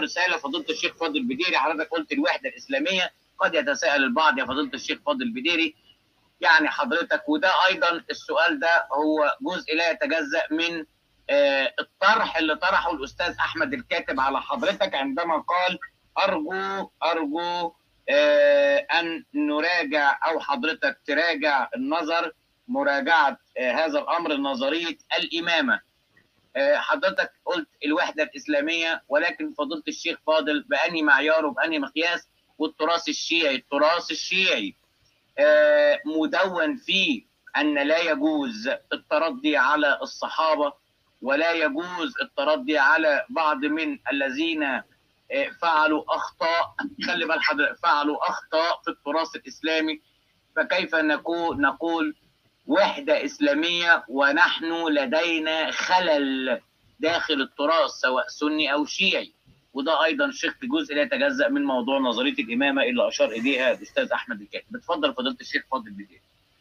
رساله فضيله الشيخ فاضل بديري. حضرتك قلت الوحده الاسلاميه، قد يتساءل البعض يا فضيله الشيخ فاضل بديري يعني حضرتك، وده ايضا السؤال ده هو جزء لا يتجزا من الطرح اللي طرحه الاستاذ احمد الكاتب على حضرتك عندما قال ارجو ان نراجع او حضرتك تراجع النظر، مراجعه هذا الامر، نظريه الامامه. حضرتك قلت الوحده الاسلاميه، ولكن فضيله الشيخ فاضل باني معيار وباني مقياس؟ والتراث الشيعي مدون فيه ان لا يجوز التردي على الصحابه، ولا يجوز التردي على بعض من الذين فعلوا اخطاء. خلي بال حضرتك، فعلوا اخطاء في التراث الاسلامي. فكيف نقول وحده اسلاميه ونحن لدينا خلل داخل التراث سواء سني او شيعي؟ وده ايضا شق جزء لا يتجزا من موضوع نظريه الامامه اللي اشار اليها الاستاذ احمد الكاتب. اتفضل فضيله الشيخ فاضل بدير.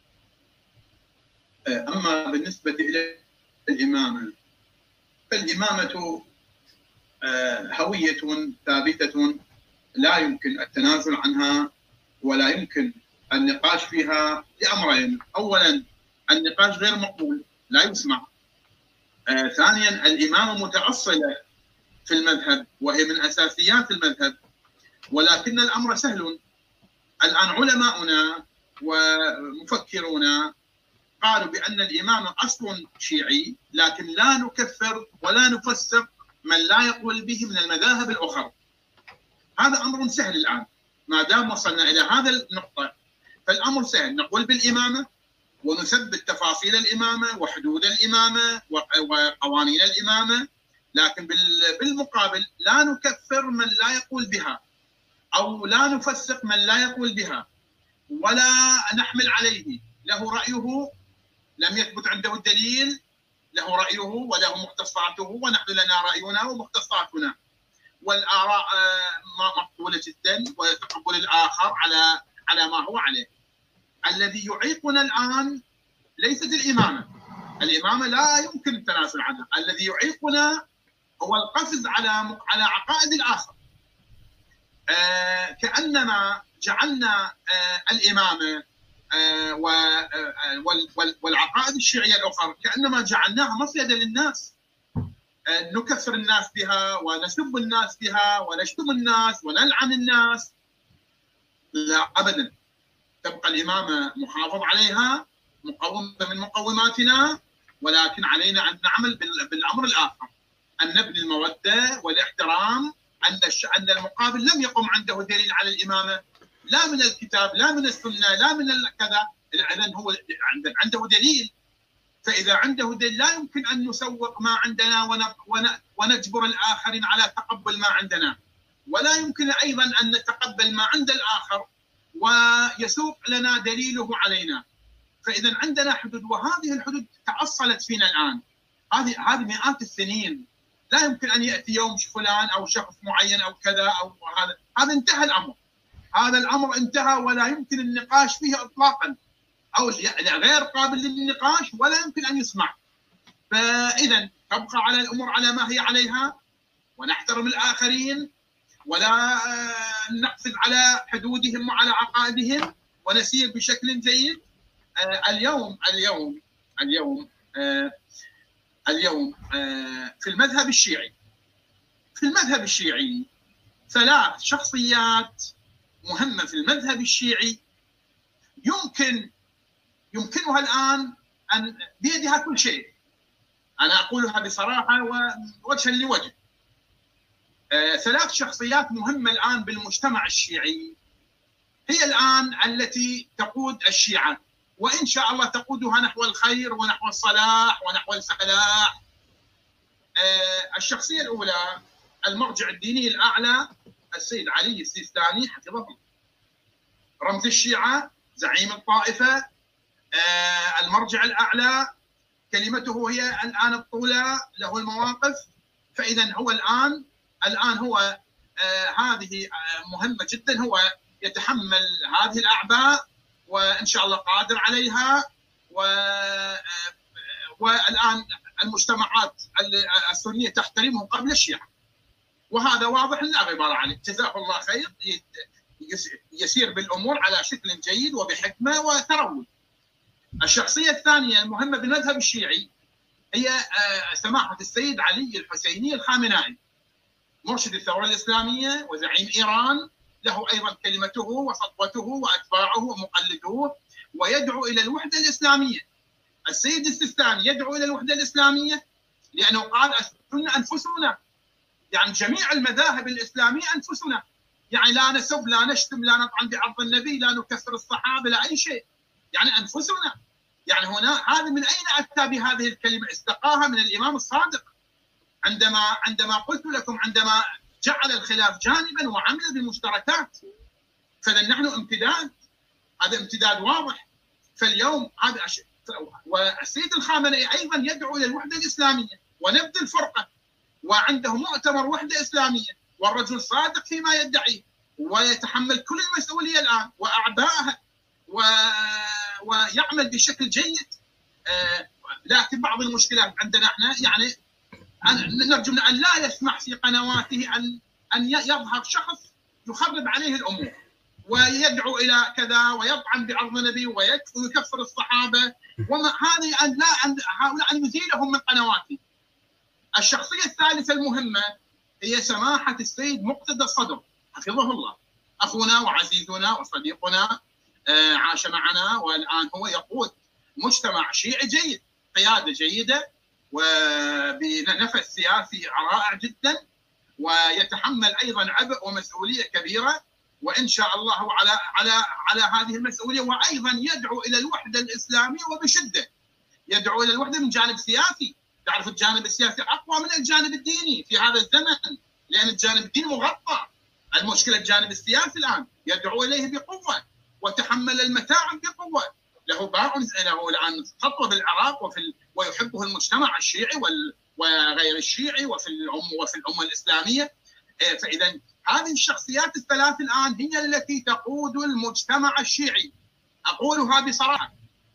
اما بالنسبه الى الامامه، فالامامه هويه ثابته لا يمكن التنازل عنها ولا يمكن النقاش فيها لامرين: اولا النقاش غير مقبول، لا يسمع. ثانيا الامامه متاصله في المذهب وهي من اساسيات المذهب، ولكن الامر سهل. الان علماؤنا ومفكرونا قالوا بان الامامه اصل شيعي، لكن لا نكفر ولا نفسق من لا يقول به من المذاهب الاخرى. هذا امر سهل الان، ما دام وصلنا الى هذا النقطه فالامر سهل. نقول بالامامه ونثبت تفاصيل الامامه وحدود الامامه وقوانين الامامه، لكن بالمقابل لا نكفر من لا يقول بها، او لا نفسق من لا يقول بها، ولا نحمل عليه. له رايه، لم يثبت عنده الدليل، له رايه وله مختصاته، ونحن لنا راينا ومختصاتنا. والاراء مقبوله جدا، وتقبل الاخر على ما هو عليه. الذي يعيقنا الان ليست الامامه، الامامه لا يمكن التنازل عنها. الذي يعيقنا هو القفز على عقائد الاخر. كانما جعلنا الامامه والعقائد الشيعيه الاخرى كانما جعلناها مصيده للناس، نكفر الناس بها ونسب الناس بها ونشتم الناس ونلعن الناس. لا ابدا، تبقى الامامه محافظ عليها، مقومه من مقوماتنا، ولكن علينا ان نعمل بالامر الاخر، ان نبني الموده والاحترام، ان المقابل لم يقم عنده دليل على الامامه، لا من الكتاب لا من السنه لا من كذا، اذا هو عنده دليل. فاذا عنده دليل لا يمكن ان نسوق ما عندنا ونجبر الاخرين على تقبل ما عندنا، ولا يمكن ايضا ان نتقبل ما عند الاخر ويسوق لنا دليله علينا. فاذا عندنا حدود، وهذه الحدود تأصلت فينا الان، هذه مئات السنين. لا يمكن ان ياتي يوم فلان او شخص معين او كذا او هذا انتهى الامر. هذا الامر انتهى ولا يمكن النقاش فيه اطلاقا، او غير قابل للنقاش ولا يمكن ان يسمع. فاذا تبقى على الامور على ما هي عليها، ونحترم الاخرين، ولا نقفز على حدودهم وعلى عقائدهم، ونسير بشكل جيد. اليوم في المذهب الشيعي ثلاث شخصيات مهمة في المذهب الشيعي يمكنها الآن أن بيدها كل شيء. أنا أقولها بصراحة ووجها لوجه. ثلاث شخصيات مهمة الآن بالمجتمع الشيعي هي الآن التي تقود الشيعة، وإن شاء الله تقودها نحو الخير ونحو الصلاح ونحو الفلاح. الشخصية الأولى المرجع الديني الأعلى السيد علي السيستاني حفظه الله، رمز الشيعة، زعيم الطائفة، المرجع الأعلى، كلمته هي الآن الطولى، له المواقف. فإذا هو الآن هو هذه مهمة جدا، هو يتحمل هذه الأعباء وإن شاء الله قادر عليها. والآن المجتمعات السنية تحترمه قبل الشيعة. وهذا واضح لا غبار عليه. جزاه الله خير، يسير بالامور على شكل جيد وبحكمه وتروي. الشخصيه الثانيه المهمه بالمذهب الشيعي هي سماحه السيد علي الحسيني الخامنائي، مرشد الثوره الاسلاميه وزعيم ايران، له ايضا كلمته وسطوته واتباعه ومقلدوه، ويدعو الى الوحده الاسلاميه. السيد السيستاني يدعو الى الوحده الاسلاميه لانه قال السنه انفسنا، يعني جميع المذاهب الاسلاميه انفسنا، يعني لا نسب لا نشتم لا نطعن بعرض النبي لا نكفر الصحابه لا اي شيء، يعني انفسنا. يعني هنا هذا من اين اتى بهذه الكلمه؟ استقاها من الامام الصادق عندما قلت لكم عندما جعل الخلاف جانبا وعمل بالمشتركات. فلن نحن امتداد، هذا امتداد واضح. فاليوم هذا والسيد الخامنئي ايضا يدعو الى الوحده الاسلاميه ونبذ الفرقه، وعنده مؤتمر وحده اسلاميه، والرجل صادق فيما يدعيه ويتحمل كل المسؤوليه الان واعبائها ويعمل بشكل جيد. لكن بعض المشكلات عندنا احنا، يعني نرجو ان لا يسمح في قنواته ان يظهر شخص يخرب عليه الامور ويدعو الى كذا ويطعن بعرض النبي ويكفر الصحابه، وما هذه هؤلاء ان نزيلهم من قنواته. الشخصيه الثالثه المهمه هي سماحه السيد مقتدى الصدر حفظه الله، اخونا وعزيزنا وصديقنا، عاش معنا والان هو يقود مجتمع شيعي جيد، قياده جيده وبنفس سياسي رائع جدا، ويتحمل ايضا عبء ومسؤوليه كبيره، وان شاء الله على هذه المسؤوليه. وايضا يدعو الى الوحده الاسلاميه وبشده، يدعو الى الوحده من جانب سياسي. تعرف الجانب السياسي اقوى من الجانب الديني في هذا الزمن، لان الجانب الديني مغطى. المشكله الجانب السياسي الان يدعو اليه بقوه وتحمل المتاعب بقوه. له باع له الان خطوه بالعراق ويحبه المجتمع الشيعي وغير الشيعي وفي الامه الاسلاميه. فاذا هذه الشخصيات الثلاث الان هي التي تقود المجتمع الشيعي، اقولها بصراحه.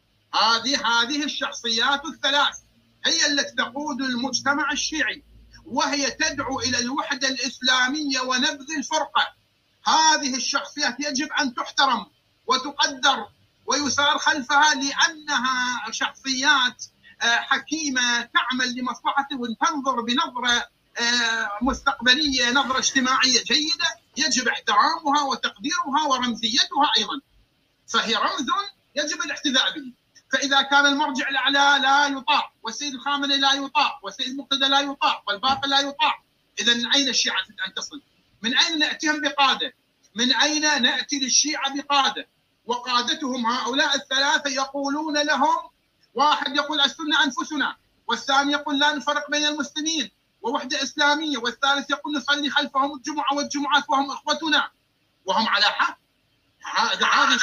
هذه الشخصيات الثلاث هي التي تقود المجتمع الشيعي، وهي تدعو الى الوحده الاسلاميه ونبذ الفرقه. هذه الشخصيات يجب ان تحترم وتقدر ويسار خلفها، لانها شخصيات حكيمه تعمل لمصلحته وتنظر بنظره مستقبليه، نظره اجتماعيه جيده، يجب احترامها وتقديرها ورمزيتها ايضا. فهي رمز يجب الاحتذاء به. فاذا كان المرجع الاعلى لا يطاع، والسيد الخامنئي لا يطاع، والسيد مقتدى لا يطاع، والباقي لا يطاع، اذا من اين الشيعه ان تصل؟ من اين ناتيهم بقاده؟ من اين ناتي للشيعه بقاده؟ وقادتهم هؤلاء الثلاثه يقولون لهم، واحد يقول السنه انفسنا، والثاني يقول لا نفرق بين المسلمين ووحده اسلاميه، والثالث يقول نصلي خلفهم الجمعه والجمعات وهم اخوتنا، وهم على حق. هذه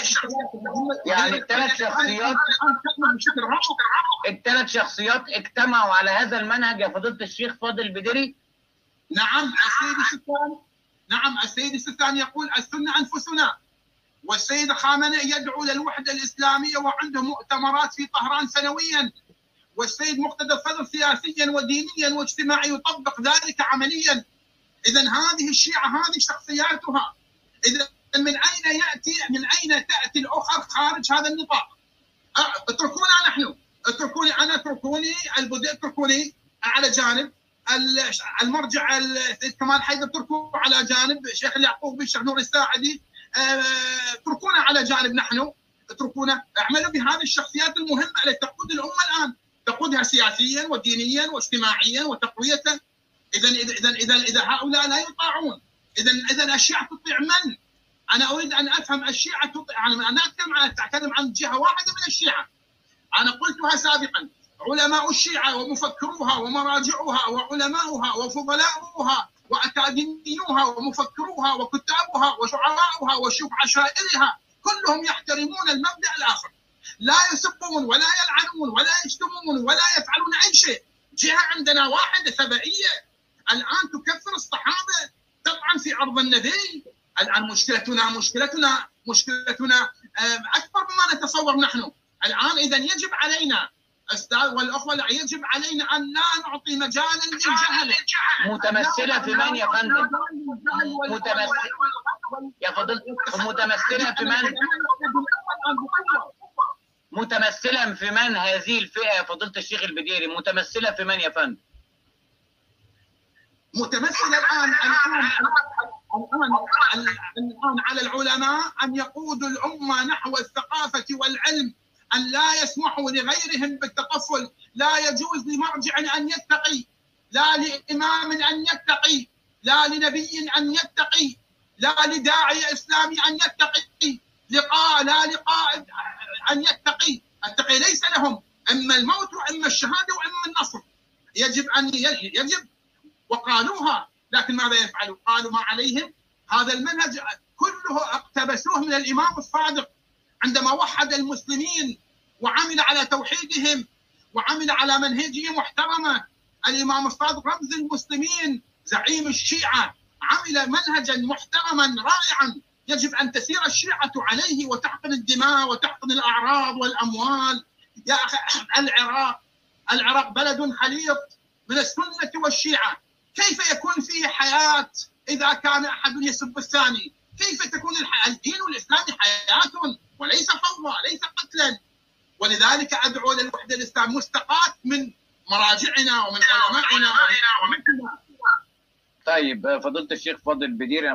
يعني الثلاث شخصيات اجتمعوا على هذا المنهج يا فضيله الشيخ فاضل البديري. نعم السيد السيستاني يقول السنه انفسنا، والسيد الخامنئي يدعو للوحده الاسلاميه وعنده مؤتمرات في طهران سنويا، والسيد مقتدى الصدر سياسيا ودينيا واجتماعيا يطبق ذلك عمليا. اذا هذه الشيعه هذه شخصياتها. اذا من اين تاتي الاخر خارج هذا النطاق؟ اتركونا نحن، اتركوني البدء، اتركوني على جانب، المرجع السيد كمال حيدر اتركوه على جانب، الشيخ اليعقوبي، الشيخ نور الساعدي اتركونا على جانب، نحن اتركونا، اعملوا بهذه الشخصيات المهمه التي تقود الامه الان، تقودها سياسيا ودينيا واجتماعيا وتقويه. اذا هؤلاء لا يطاعون، اذا الشيعه تطيع من؟ انا اريد ان افهم الشيعه تطيع. انا اتكلم عن جهه واحده من الشيعه. انا قلتها سابقا، علماء الشيعه ومفكروها ومراجعها وعلماؤها وفضلاؤها واكاديميوها ومفكروها وكتابها وشعراؤها وعشائرها كلهم يحترمون المبدا الاخر، لا يسبون ولا يلعنون ولا يشتمون ولا يفعلون اي شيء. جهه عندنا واحده ثبائيه الان تكفر الصحابه، تطعن في عرض النبي. الان مشكلتنا اكبر مما نتصور نحن الان. اذا يجب علينا أستاذ والأخوة، لا يجب علينا أن لا نعطي مجالا للجهل. متمثلة في من يا فندم؟ يا فضيلة متمثلة في من؟ متمثلة في من هذه الفئة يا فضيلة الشيخ البديري؟ متمثلة في من يا فندم؟ متمثلة الآن على العلماء أن يقودوا الأمة نحو الثقافة والعلم، أن لا يسمحوا لغيرهم بالتطفل. لا يجوز لمرجع أن يتقي، لا لإمام أن يتقي، لا لنبي أن يتقي، لا لداعي إسلامي أن يتقي، لا لقائد أن يتقي. التقي ليس لهم إما الموت وإما الشهادة وإما النصر. يجب وقالوها، لكن ماذا يفعلوا؟ قالوا ما عليهم. هذا المنهج كله اقتبسوه من الإمام الصادق عندما وحد المسلمين وعمل على توحيدهم وعمل على منهجية محترمة. الإمام الصادق رمز المسلمين، زعيم الشيعة، عمل منهجا محترما رائعا يجب أن تسير الشيعة عليه وتحقن الدماء وتحقن الأعراض والأموال. يا أخي، العراق بلد خليط من السنة والشيعة، كيف يكون فيه حياة إذا كان أحد يسب الثاني؟ كيف تكون الدين الإسلامي حياة وليس فوضى، ليس قتلا؟ ولذلك أدعو للوحدة الإسلام مستقاة من مراجعنا ومن علمائنا ومن. طيب فضيلة الشيخ فاضل البديري،